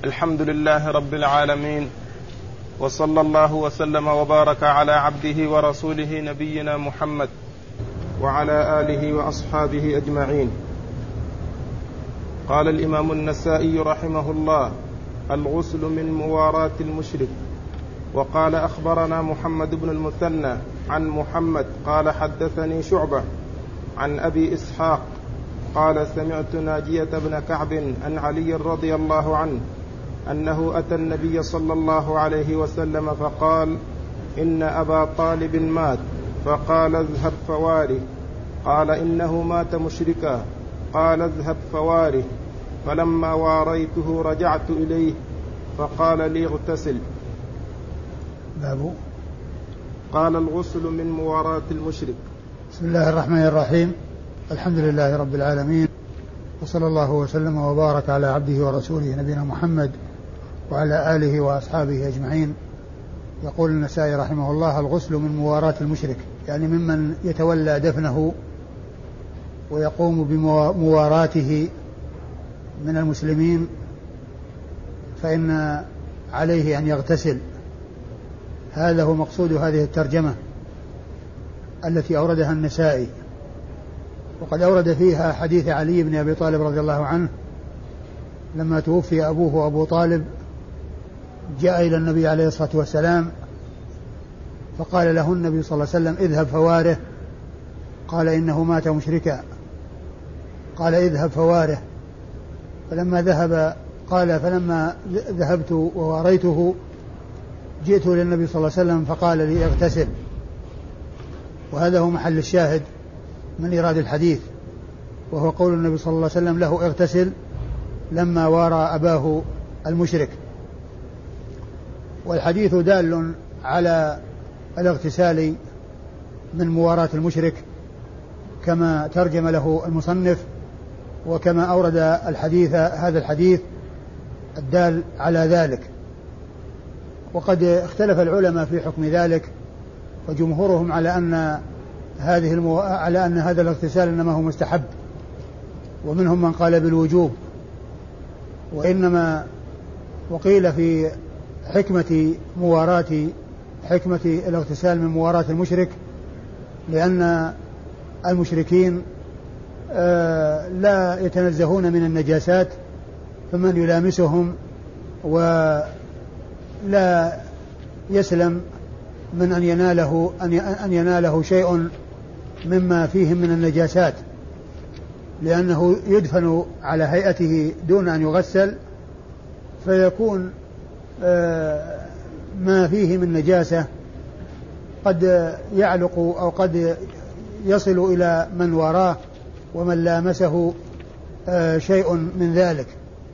الحمد لله رب العالمين، وصلى الله وسلم وبارك على عبده ورسوله نبينا محمد وعلى آله وأصحابه أجمعين. قال الإمام النسائي رحمه الله: الغسل من مواراة المشرك. وقال: أخبرنا محمد بن المثنى عن محمد قال: حدثني شعبة عن أبي إسحاق قال: سمعت ناجية بن كعب عن علي رضي الله عنه أنه أتى النبي صلى الله عليه وسلم فقال: إن أبا طالب مات، فقال: اذهب فواره. قال: إنه مات مشركا. قال: اذهب فواره. فلما واريته رجعت إليه فقال لي: اغتسل. قال: الغسل من مواراة المشرك. بسم الله الرحمن الرحيم. الحمد لله رب العالمين، وصلى الله وسلم وبارك على عبده ورسوله نبينا محمد وعلى آله وأصحابه أجمعين. يقول النسائي رحمه الله: الغسل من مواراة المشرك، يعني ممن يتولى دفنه ويقوم بمواراته من المسلمين، فإن عليه أن يغتسل. هذا هو مقصود هذه الترجمة التي أوردها النسائي. وقد أورد فيها حديث علي بن أبي طالب رضي الله عنه لما توفي أبوه أبو طالب، جاء إلى النبي عليه الصلاة والسلام فقال له النبي صلى الله عليه وسلم: اذهب فواره. قال: إنه مات مشركا. قال: اذهب فواره. فلما ذهبت وواريته جئت للنبي صلى الله عليه وسلم فقال لي: اغتسل. وهذا هو محل الشاهد من إيراد الحديث، وهو قول النبي صلى الله عليه وسلم له: اغتسل، لما وارى أباه المشرك. والحديث دال على الاغتسال من مواراة المشرك كما ترجم له المصنف، وكما أورد هذا الحديث الدال على ذلك. وقد اختلف العلماء في حكم ذلك، وجمهورهم على أن هذا الاغتسال إنما هو مستحب، ومنهم من قال بالوجوب. وقيل في حكمة الاغتسال من مواراة المشرك، لأن المشركين لا يتنزهون من النجاسات، فمن يلامسهم ولا يسلم من أن يناله شيء مما فيهم من النجاسات، لأنه يدفن على هيئته دون أن يغسل، فيكون ما فيه من نجاسة قد يعلق أو قد يصل إلى من وراه ومن لامسه شيء من ذلك.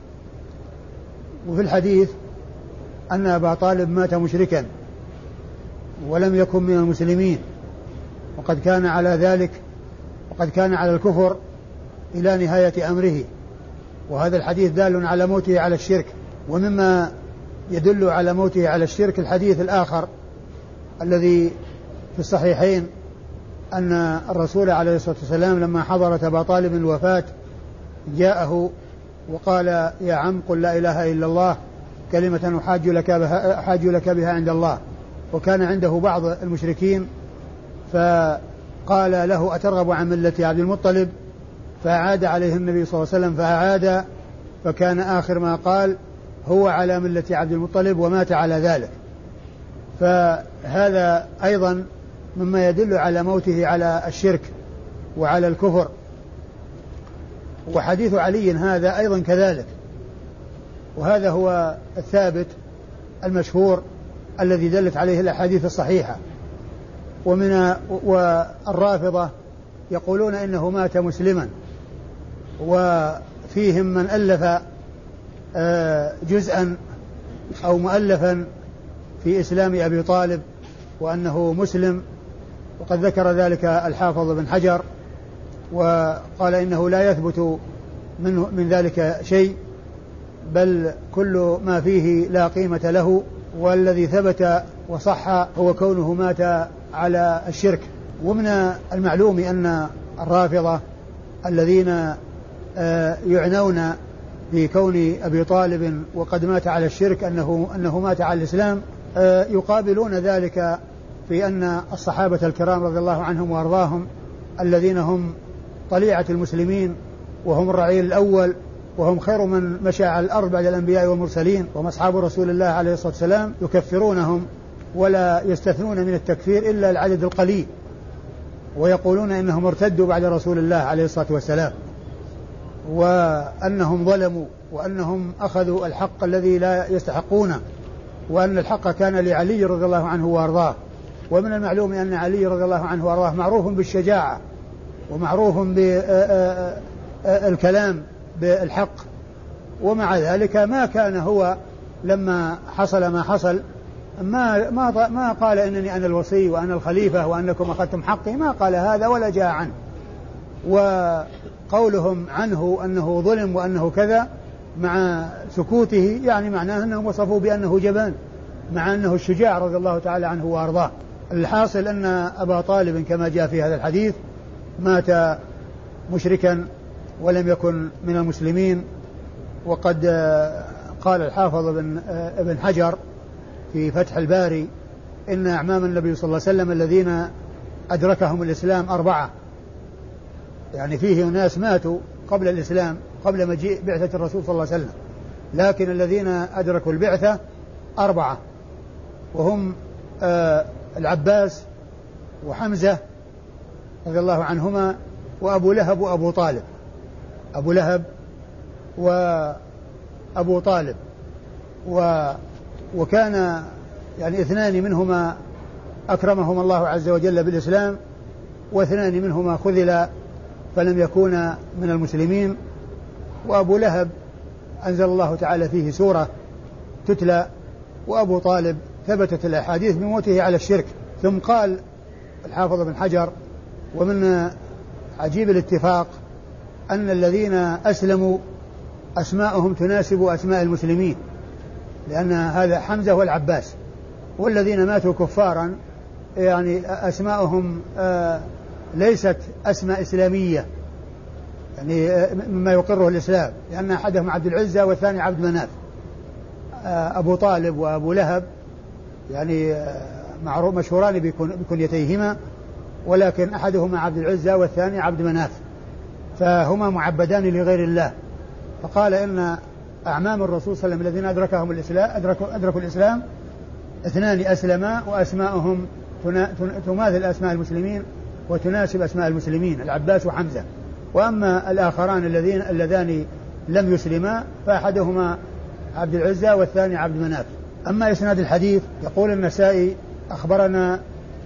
وفي الحديث أن أبا طالب مات مشركا ولم يكن من المسلمين، وقد كان على ذلك، وقد كان على الكفر إلى نهاية أمره. وهذا الحديث دال على موته على الشرك. ومما يدل على موته على الشرك الحديث الآخر الذي في الصحيحين، أن الرسول عليه الصلاة والسلام لما حضرت أبا طالب الوفاة جاءه وقال: يا عم، قل لا إله إلا الله كلمة أحاج لك بها عند الله. وكان عنده بعض المشركين فقال له: أترغب عن ملة عبد المطلب؟ فأعاد عليه النبي صلى الله عليه وسلم فأعاد، فكان آخر ما قال: هو على ملة عبد المطلب، ومات على ذلك. فهذا أيضا مما يدل على موته على الشرك وعلى الكفر. وحديث علي هذا أيضا كذلك، وهذا هو الثابت المشهور الذي دلت عليه الأحاديث الصحيحة. والرافضة يقولون إنه مات مسلما، وفيهم من ألف جزءا أو مؤلفا في إسلام أبي طالب وأنه مسلم، وقد ذكر ذلك الحافظ بن حجر، وقال إنه لا يثبت من ذلك شيء، بل كل ما فيه لا قيمة له، والذي ثبت وصح هو كونه مات على الشرك. ومن المعلوم أن الرافضة الذين يعنون في كون أبي طالب وقد مات على الشرك أنه مات على الإسلام، يقابلون ذلك في أن الصحابة الكرام رضي الله عنهم وأرضاهم الذين هم طليعة المسلمين وهم الرعيل الأول وهم خير من مشى على الأرض بعد الأنبياء والمرسلين وهم أصحاب رسول الله عليه الصلاة والسلام، يكفرونهم ولا يستثنون من التكفير إلا العدد القليل، ويقولون إنهم ارتدوا بعد رسول الله عليه الصلاة والسلام، وأنهم ظلموا وأنهم أخذوا الحق الذي لا يستحقونه، وأن الحق كان لعلي رضي الله عنه وأرضاه. ومن المعلوم أن علي رضي الله عنه وأرضاه معروف بالشجاعة ومعروف بالكلام بالحق، ومع ذلك ما كان هو لما حصل ما حصل ما قال إنني أنا الوصي وأنا الخليفة وأنكم أخذتم حقي، ما قال هذا ولا جاء عنه. وقولهم عنه أنه ظلم وأنه كذا مع سكوته يعني معناه أنهم وصفوا بأنه جبان مع أنه الشجاع رضي الله تعالى عنه وأرضاه. الحاصل أن أبا طالب كما جاء في هذا الحديث مات مشركا ولم يكن من المسلمين. وقد قال الحافظ ابن حجر في فتح الباري إن أعمام النبي صلى الله عليه وسلم الذين أدركهم الإسلام 4، يعني فيه ناس ماتوا قبل الإسلام قبل مجيء بعثة الرسول صلى الله عليه وسلم، لكن الذين أدركوا البعثة 4، وهم العباس وحمزة رضي الله عنهما وأبو لهب وأبو طالب. أبو لهب وأبو طالب، وكان يعني 2 منهما أكرمهم الله عز وجل بالإسلام، و2 منهما خذلا فلم يكونا من المسلمين. وأبو لهب أنزل الله تعالى فيه سورة تتلى، وأبو طالب ثبتت الأحاديث بموته على الشرك. ثم قال الحافظ بن حجر: ومن عجيب الاتفاق أن الذين أسلموا أسماءهم تناسب أسماء المسلمين، لأن هذا حمزة والعباس، والذين ماتوا كفارا يعني أسماءهم ليست أسماء إسلامية يعني مما يقره الإسلام، لأن أحدهم عبد العزة والثاني عبد مناف. أبو طالب وأبو لهب يعني مشهوران بكنيتيهما، ولكن أحدهما عبد العزة والثاني عبد مناف، فهما معبدان لغير الله. فقال إن أعمام الرسول صلى الله عليه وسلم الذين أدركهم الإسلام أدركوا الإسلام 2 أسلما وأسماءهم تماثل أسماء المسلمين وتناسب أسماء المسلمين، العباس وحمزة. وأما الآخران اللذان لم يسلما فأحدهما عبد العزة والثاني عبد مناف. أما إسناد الحديث يقول النسائي أخبرنا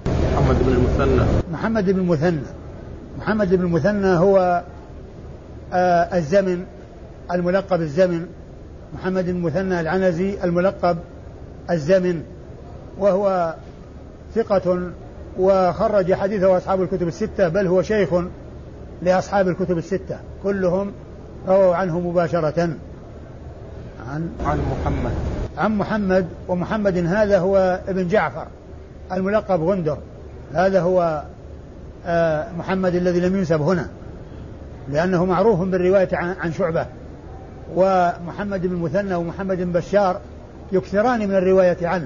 محمد بن المثنى هو الزمن الملقب الزمن، محمد بن المثنى العنزي الملقب الزمن، وهو ثقة وخرج حديثه أصحاب الكتب 6، بل هو شيخ لأصحاب الكتب 6 كلهم رووا عنه مباشرة. عن محمد، ومحمد هذا هو ابن جعفر الملقب غندر، هذا هو محمد الذي لم ينسب هنا لأنه معروف بالرواية عن شعبة. ومحمد بن المثنى ومحمد بن بشار يكثران من الرواية عنه،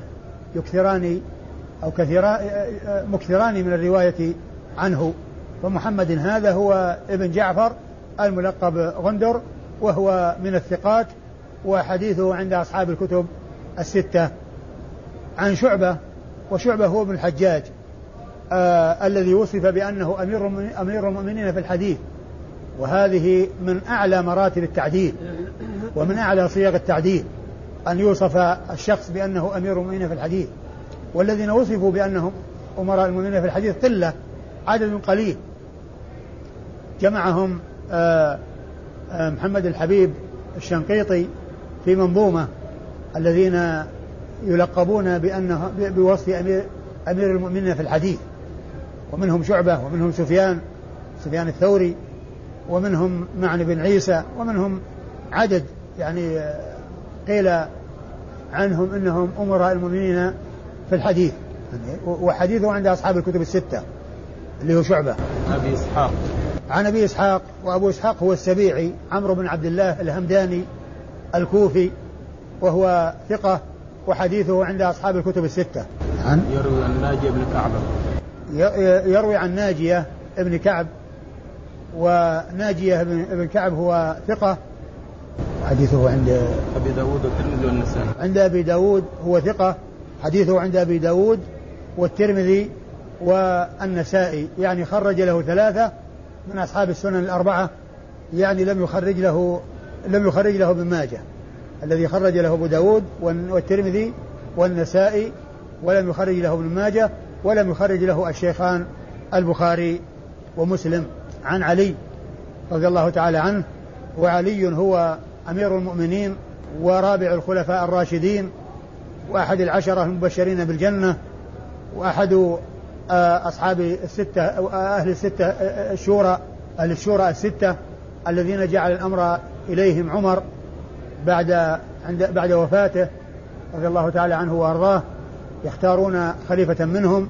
مكثران من الرواية عنه. فمحمد هذا هو ابن جعفر الملقب غندر، وهو من الثقات، وحديثه عند أصحاب الكتب 6. عن شعبة، وشعبة هو ابن الحجاج الذي وصف بأنه أمير المؤمنين في الحديث، وهذه من أعلى مراتب التعديل ومن أعلى صيغ التعديل أن يوصف الشخص بأنه أمير المؤمنين في الحديث. والذين وصفوا بأنهم أمراء المؤمنين في الحديث قلة، عدد قليل، جمعهم محمد الحبيب الشنقيطي في منظومة الذين يلقبون بوصف أمير المؤمنين في الحديث، ومنهم شعبة، ومنهم سفيان الثوري، ومنهم معن بن عيسى، ومنهم عدد يعني قيل عنهم إنهم أمراء المؤمنين في الحديث. وحديثه عند أصحاب الكتب 6 اللي هو شعبة. عن أبي إسحاق، وأبو إسحاق هو السبيعي عمرو بن عبد الله الهمداني الكوفي وهو ثقة وحديثه عند أصحاب الكتب الستة. يروي عن ناجية بن كعب. يروي عن ناجية ابن كعب، وناجية ابن كعب هو ثقة، حديثه عند أبي داود والترمذي والنسائي. عند أبي داود هو ثقة، حديثه عند أبي داود والترمذي والنسائي، يعني خرج له 3 من أصحاب السنن الأربعة، يعني لم يخرج له ابن ماجه، الذي خرج له أبو داود والترمذي والنسائي، ولم يخرج له ابن ماجه، ولم يخرج له الشيخان البخاري ومسلم. عن علي رضي الله تعالى عنه، وعلي هو أمير المؤمنين ورابع الخلفاء الراشدين، وأحد 10 المبشرين بالجنة، وأحد أصحاب الستة أهل الشورى الستة الذين جعل الأمر إليهم عمر بعد وفاته رضي الله تعالى عنه وأرضاه، يختارون خليفة منهم،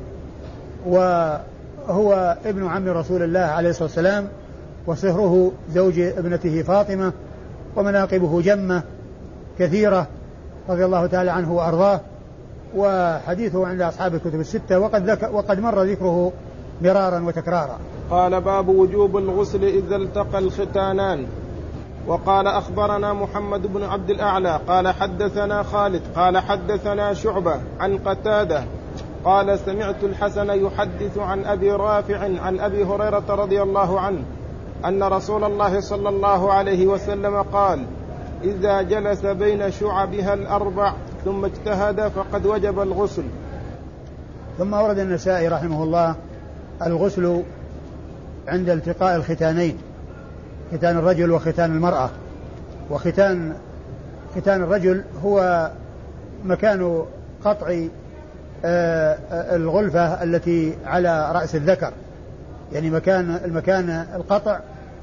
وهو ابن عم رسول الله عليه الصلاة والسلام، وصهره زوج ابنته فاطمة، ومناقبه جمة كثيرة رضي الله تعالى عنه وأرضاه، وحديثه عند أصحاب الكتب الستة، وقد مر ذكره مرارا وتكرارا. قال: باب وجوب الغسل إذا التقى الختانان. وقال: أخبرنا محمد بن عبد الأعلى قال حدثنا خالد قال حدثنا شعبة عن قتادة قال: سمعت الحسن يحدث عن أبي رافع عن أبي هريرة رضي الله عنه أن رسول الله صلى الله عليه وسلم قال: إذا جلس بين شعبها 4 ثم اجتهد فقد وجب الغسل. ثم ورد النسائي رحمه الله الغسل عند التقاء الختانين، ختان الرجل وختان المرأة. وختان الرجل هو مكان قطع الغلفة التي على رأس الذكر، يعني المكان القطع.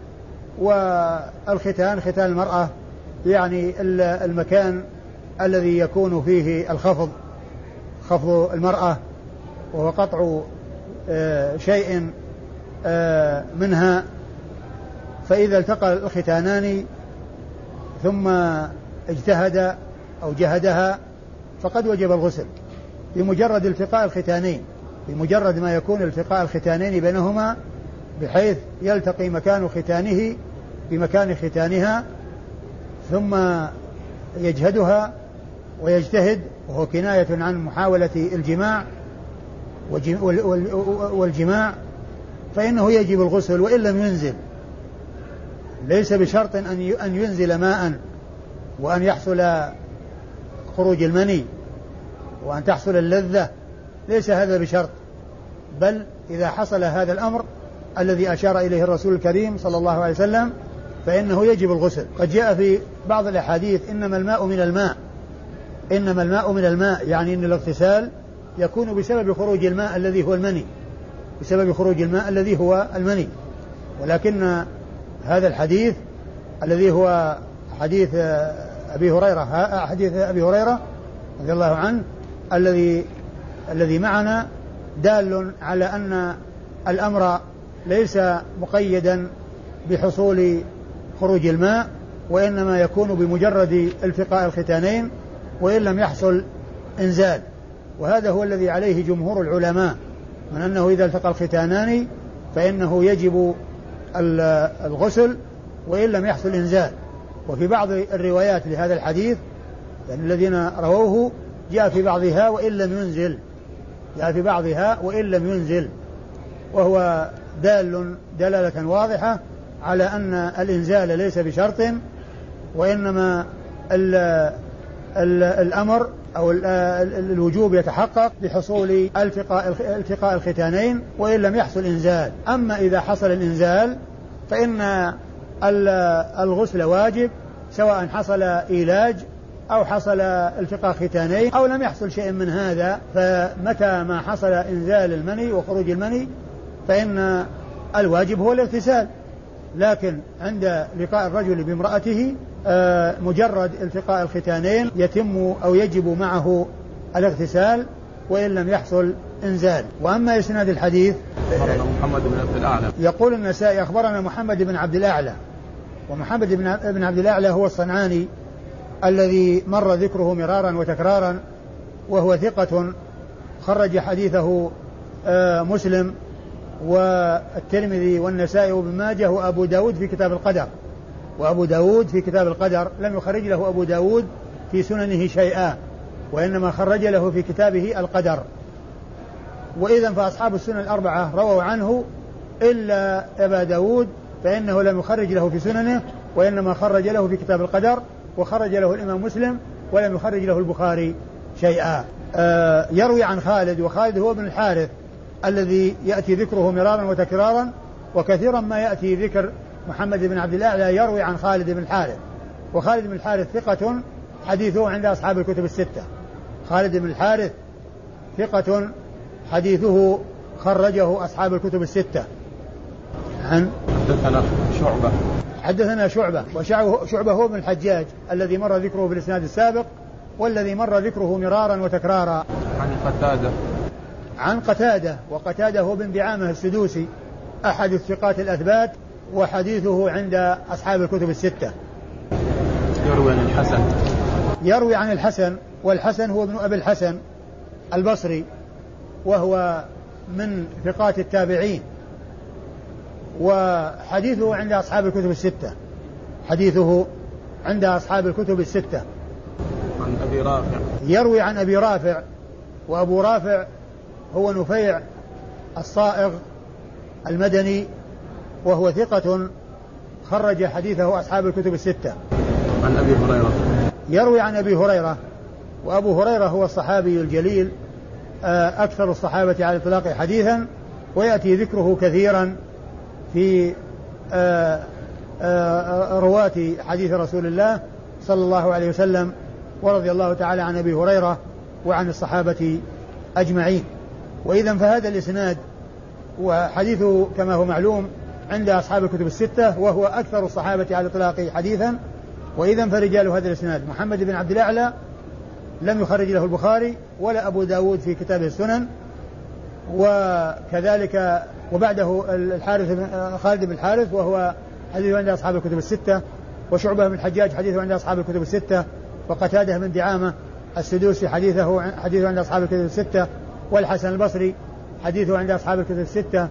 والختان ختان المرأة يعني المكان الذي يكون فيه خفض المرأة، وهو قطع شيء منها. فإذا التقى الختانان ثم اجتهد أو جهدها فقد وجب الغسل بمجرد التقاء الختانين، بمجرد ما يكون التقاء الختانين بينهما بحيث يلتقي مكان ختانه بمكان ختانها، ثم يجهدها ويجتهد، وهو كناية عن محاولة الجماع والجماع، فإنه يجب الغسل وإن لم ينزل. ليس بشرط أن ينزل ماء وأن يحصل خروج المني وأن تحصل اللذة، ليس هذا بشرط، بل إذا حصل هذا الأمر الذي أشار إليه الرسول الكريم صلى الله عليه وسلم فإنه يجب الغسل. قد جاء في بعض الأحاديث إنما الماء من الماء، يعني أن الاغتسال يكون بسبب خروج الماء الذي هو المني، ولكن هذا الحديث الذي هو حديث أبي هريرة رضي الله عنه الذي معنا دال على أن الأمر ليس مقيدا بحصول خروج الماء، وإنما يكون بمجرد التقاء الختانين وإن لم يحصل إنزال. وهذا هو الذي عليه جمهور العلماء من أنه إذا التقى الختانان فإنه يجب الغسل وإن لم يحصل إنزال. وفي بعض الروايات لهذا الحديث يعني الذين رووه جاء في بعضها وإن لم ينزل، وهو دلالة واضحة على أن الإنزال ليس بشرط، وإنما الأمر أو الوجوب يتحقق بحصول التقاء الختانين وإن لم يحصل إنزال. أما إذا حصل الإنزال فإن الغسل واجب، سواء حصل إيلاج أو حصل التقاء ختانين أو لم يحصل شيء من هذا. فمتى ما حصل إنزال المني وخروج المني فإن الواجب هو الاغتسال. لكن عند لقاء الرجل بامرأته مجرد التقاء الختانين يتم أو يجب معه الاغتسال وإن لم يحصل إنزال. وأما إسناد الحديث محمد بن عبد الأعلى، يقول النسائي: أخبرنا محمد بن عبد الأعلى، ومحمد بن عبد الأعلى هو الصنعاني الذي مر ذكره مرارا وتكرارا، وهو ثقة خرج حديثه مسلم والترمذي والنسائي وابن ماجه وأبو داود في كتاب القدر، وأبو داود في كتاب القدر لم يخرج له أبو داود في سننه شيئا، وإنما خرج له في كتابه القدر. وإذا فأصحاب السنن الأربعة رووا عنه إلا أبا داود، فإنه لم يخرج له في سننه، وإنما خرج له في كتاب القدر، وخرج له الإمام مسلم، ولم يخرج له البخاري شيئا. يروي عن خالد، وخالد هو ابن الحارث الذي يأتي ذكره مرارا وتكرارا، وكثيرا ما يأتي ذكر محمد بن عبد الأعلى يروي عن خالد بن الحارث، وخالد بن الحارث ثقة حديثه عند أصحاب الكتب الستة. خالد بن الحارث ثقة حديثه خرجه أصحاب الكتب الستة. حدثنا شعبة، وشعبة هو ابن الحجاج الذي مر ذكره في الإسناد السابق، والذي مر ذكره مرارا وتكرارا. عن قتادة، وقتادة هو بن دعامة السدوسي أحد الثقات الأثبات، وحديثه عند أصحاب الكتب الستة. يروي عن الحسن، والحسن هو ابن أبي الحسن البصري، وهو من ثقات التابعين، وحديثه عند أصحاب الكتب الستة. حديثه عند أصحاب الكتب الستة. عن أبي رافع، يروي عن أبي رافع، وأبو رافع هو نفيع الصائغ المدني، وهو ثقة خرج حديثه أصحاب الكتب الستة. عن أبي هريرة، يروي عن أبي هريرة، وأبو هريرة هو الصحابي الجليل أكثر الصحابة على الإطلاق حديثا، ويأتي ذكره كثيرا في رواة حديث رسول الله صلى الله عليه وسلم، ورضي الله تعالى عن أبي هريرة وعن الصحابة أجمعين. وإذا فهذا الإسناد وحديثه كما هو معلوم عند أصحاب الكتب الستة، وهو أكثر الصحابة على الإطلاق حديثا. وإذا فرجال هذا الإسناد محمد بن عبد الأعلى لم يخرج له البخاري ولا أبو داود في كتابه السنن، وكذلك وبعده خالد بن الحارث وهو حديثه عند أصحاب الكتب الستة، وشعبة بن الحجاج حديثه عند أصحاب الكتب الستة، وقتادة بن دعامة السدوسي حديثه عند أصحاب الكتب الستة، والحسن البصري حديثه عند أصحاب الكتب الستة،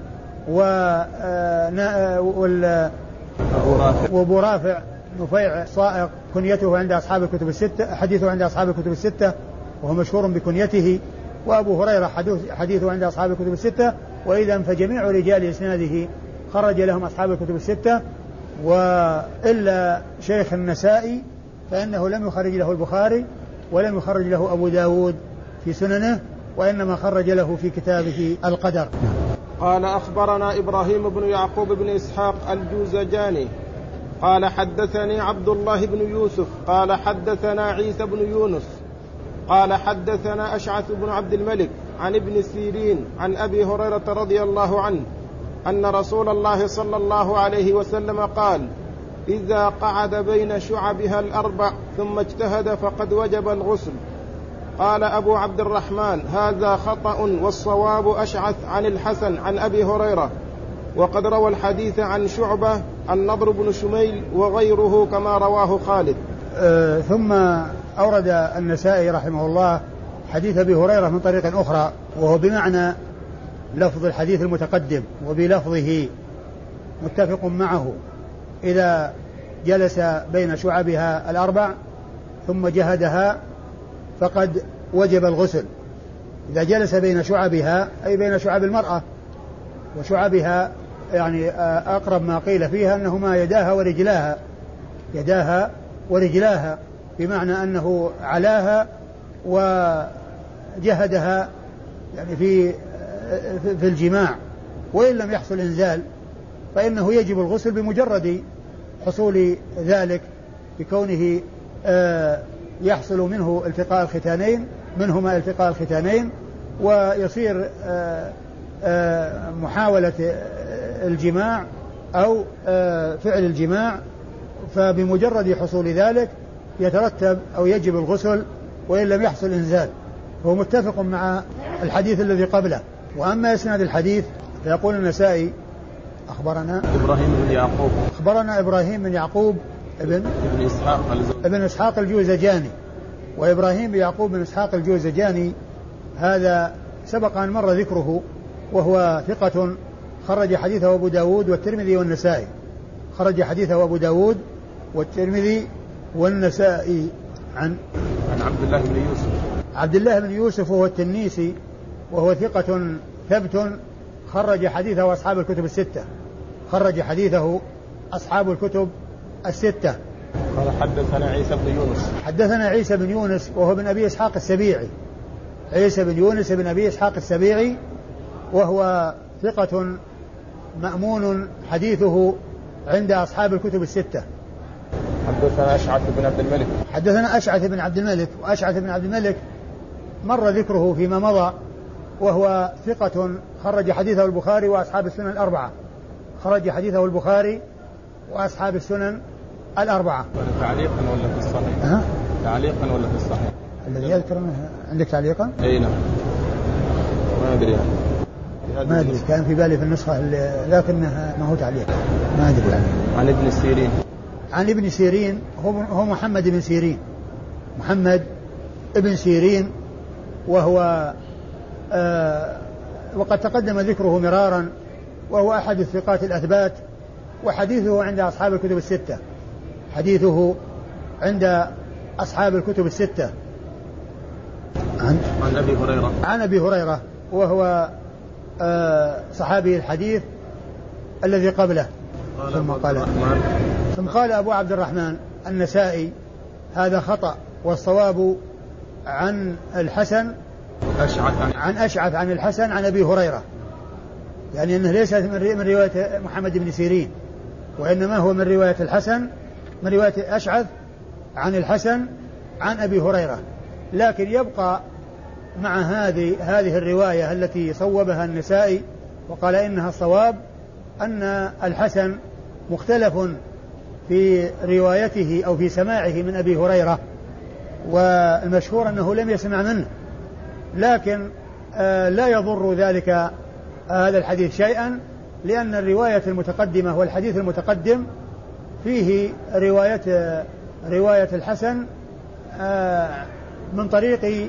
وأبو رافع نفيع صائغ كنيته عند أصحاب الكتب الستة، حديثه عند أصحاب الكتب الستة وهو مشهور بكنيته، وأبو هريرة حديثه عند أصحاب الكتب الستة. وإذا فجميع رجال إسناده خرج لهم أصحاب الكتب الستة، وإلا شيخ النسائي فإنه لم يخرج له البخاري ولم يخرج له أبو داود في سننه، وإنما خرج له في كتابه القدر. قال أخبرنا إبراهيم بن يعقوب بن إسحاق الجوزجاني قال حدثني عبد الله بن يوسف قال حدثنا عيسى بن يونس قال حدثنا أشعث بن عبد الملك عن ابن سيرين عن أبي هريرة رضي الله عنه أن رسول الله صلى الله عليه وسلم قال: إذا قعد بين شعبها الأربع ثم اجتهد فقد وجب الغسل. قال أبو عبد الرحمن: هذا خطأ، والصواب أشعث عن الحسن عن أبي هريرة، وقد روى الحديث عن شعبة النضر بن شميل وغيره كما رواه خالد. ثم أورد النسائي رحمه الله حديث أبي هريرة من طريق أخرى، وهو بمعنى لفظ الحديث المتقدم وبلفظه متفق معه: إذا جلس بين شعبها الأربع ثم جهدها فقد وجب الغسل. إذا جلس بين شعبها أي بين شعب المرأة، وشعبها يعني أقرب ما قيل فيها أنهما يداها ورجلاها، بمعنى أنه علاها وجهدها يعني في الجماع، وإن لم يحصل إنزال فإنه يجب الغسل بمجرد حصول ذلك، بكونه يحصل منهما التقاء الختانين، ويصير محاولة الجماع أو فعل الجماع، فبمجرد حصول ذلك يترتب أو يجب الغسل وإن لم يحصل إنزال. هو متفق مع الحديث الذي قبله. وأما إسناد الحديث فيقول النسائي: أخبرنا إبراهيم بن يعقوب ابن إسحاق الجوزجاني. وإبراهيم بن يعقوب بن إسحاق الجوزجاني هذا سبق أن مر ذكره، وهو ثقة خرج حديثه أبو داود والترمذي والنسائي. خرج حديثه أبو داود والترمذي والنسائي عن عبد الله بن يوسف وهو التنيسي، وهو ثقة ثبت خرج حديثه أصحاب الكتب الستة. خرج حديثه أصحاب الكتب الستة. قال حدثنا عيسى بن يونس. حدثنا عيسى بن يونس وهو بن أبي إسحاق السبيعي. عيسى بن يونس بن أبي إسحاق السبيعي، وهو ثقة مأمون حديثه عند أصحاب الكتب الستة. حدثنا أشعث بن عبد الملك. حدثنا أشعث بن عبد الملك، وأشعث بن عبد الملك مر ذكره فيما مضى، وهو ثقة خرج حديثه البخاري وأصحاب السنن الأربعة. خرج حديثه البخاري وأصحاب السنن الأربعة. تعليقا ولا في الصحيح؟ تعليقا ولا في الصحيح؟ الذي يذكر عندك تعليقا؟ أي نعم. ما أدري ما أدري، كان في بالي في النسخة لكنها ما هو تعليق، ما أدري يعني. عن ابن سيرين. عن ابن سيرين هو محمد بن سيرين. محمد ابن سيرين، وهو وقد تقدم ذكره مرارا، وهو أحد الثقات الأثبات، وحديثه عند أصحاب الكتب الستة. حديثه عند أصحاب الكتب الستة. عن أبي هريرة. وهو صحابي الحديث الذي قبله. ثم قال أبو عبد الرحمن النسائي هذا خطأ، والصواب عن الحسن عن أشعث عن الحسن عن أبي هريرة، يعني أنه ليس من رواية محمد بن سيرين، وإنما هو من رواية الحسن، من رواية أشعث عن الحسن عن أبي هريرة. لكن يبقى مع هذه الرواية التي صوبها النسائي وقال إنها الصواب، أن الحسن مختلف في روايته أو في سماعه من أبي هريرة، والمشهور أنه لم يسمع منه، لكن لا يضر ذلك هذا الحديث شيئا، لأن الرواية المتقدمة والحديث المتقدم فيه رواية الحسن من طريق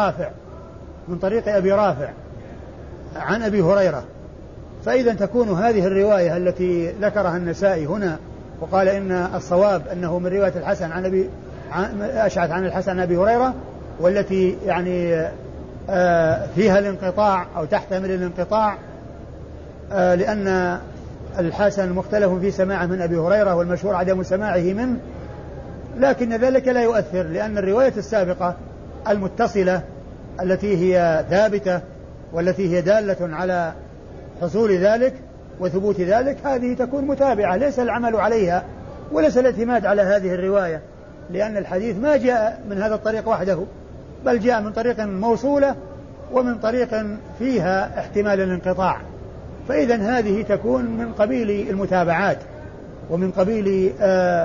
أبي رافع عن أبي هريرة. فإذا تكون هذه الرواية التي ذكرها النسائي هنا وقال إن الصواب أنه من رواية الحسن عن أشعث عن الحسن عن أبي هريرة، والتي يعني فيها الانقطاع أو تحتمل الانقطاع، لأن الحسن مختلف في سماعه من أبي هريرة والمشهور عدم سماعه منه، لكن ذلك لا يؤثر، لأن الرواية السابقة المتصلة التي هي ثابتة والتي هي دالة على حصول ذلك وثبوت ذلك، هذه تكون متابعة، ليس العمل عليها وليس الاعتماد على هذه الرواية، لأن الحديث ما جاء من هذا الطريق وحده، بل جاء من طريق موصولة ومن طريق فيها احتمال الانقطاع. فإذا هذه تكون من قبيل المتابعات ومن قبيل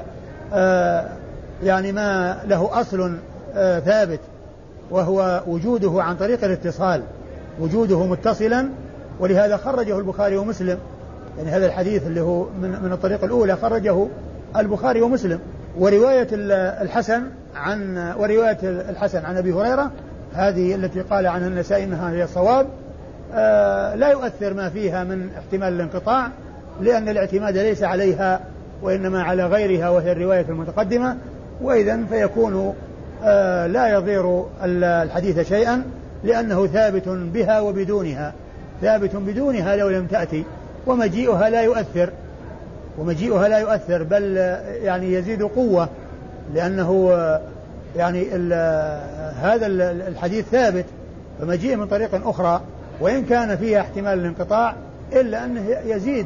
يعني ما له أصل ثابت، وهو وجوده عن طريق الاتصال، وجوده متصلا، ولهذا خرجه البخاري ومسلم، يعني هذا الحديث اللي هو من الطريق الأولى خرجه البخاري ومسلم. ورواية الحسن عن أبي هريرة هذه التي قال عنها النسائي إنها هي الصواب، لا يؤثر ما فيها من احتمال الانقطاع، لأن الاعتماد ليس عليها وإنما على غيرها وهي الرواية المتقدمة، وإذن فيكون لا يضير الحديث شيئا، لأنه ثابت بها وبدونها، ثابت بدونها لو لم تأتي، ومجيئها لا يؤثر بل يعني يزيد قوة، لأنه يعني هذا الحديث ثابت، فمجيء من طريق أخرى وإن كان فيها احتمال الانقطاع إلا أنه يزيد،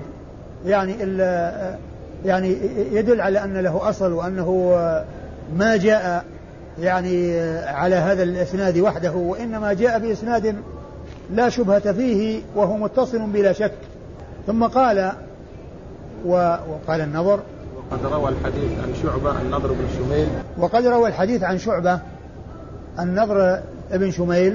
يعني يدل على أن له أصل، وأنه ما جاء يعني على هذا الإسناد وحده، وإنما جاء بإسناد لا شبهة فيه وهو متصل بلا شك. ثم قال وقال النضر وقد روى الحديث عن شعبة النضر بن شميل، وقد روى الحديث عن شعبة النضر بن شميل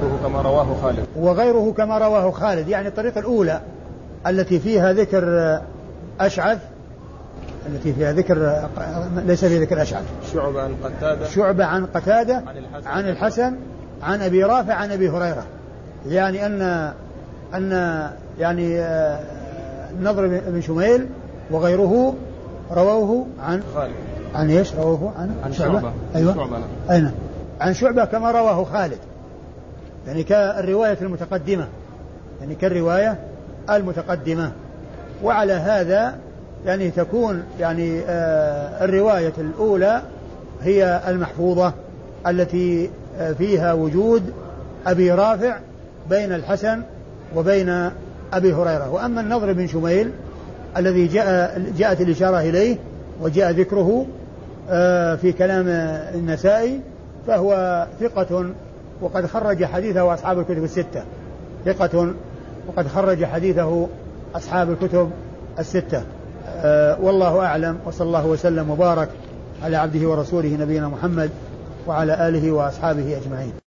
وغيره كما رواه خالد، يعني الطريقة الأولى التي فيها ذكر أشعث التي فيها ذكر ليس في ذكر أشعث. شعبة عن قتادة عن الحسن عن أبي رافع عن أبي هريرة، يعني أن يعني النضر بن شميل وغيره رووه عن ايش؟ رووه عن شعبة. أيوة. أين؟ عن شعبة كما رواه خالد، يعني كالرواية المتقدمة، يعني كالرواية المتقدمة. وعلى هذا يعني تكون يعني الرواية الأولى هي المحفوظة التي فيها وجود أبي رافع بين الحسن وبين أبي هريرة. وأما النضر بن شميل الذي جاءت الإشارة إليه وجاء ذكره في كلام النسائي فهو ثقة وقد خرج حديثه أصحاب الكتب الستة، ثقة وقد خرج حديثه أصحاب الكتب الستة. والله أعلم، وصلى الله وسلم وبارك على عبده ورسوله نبينا محمد وعلى آله وأصحابه أجمعين.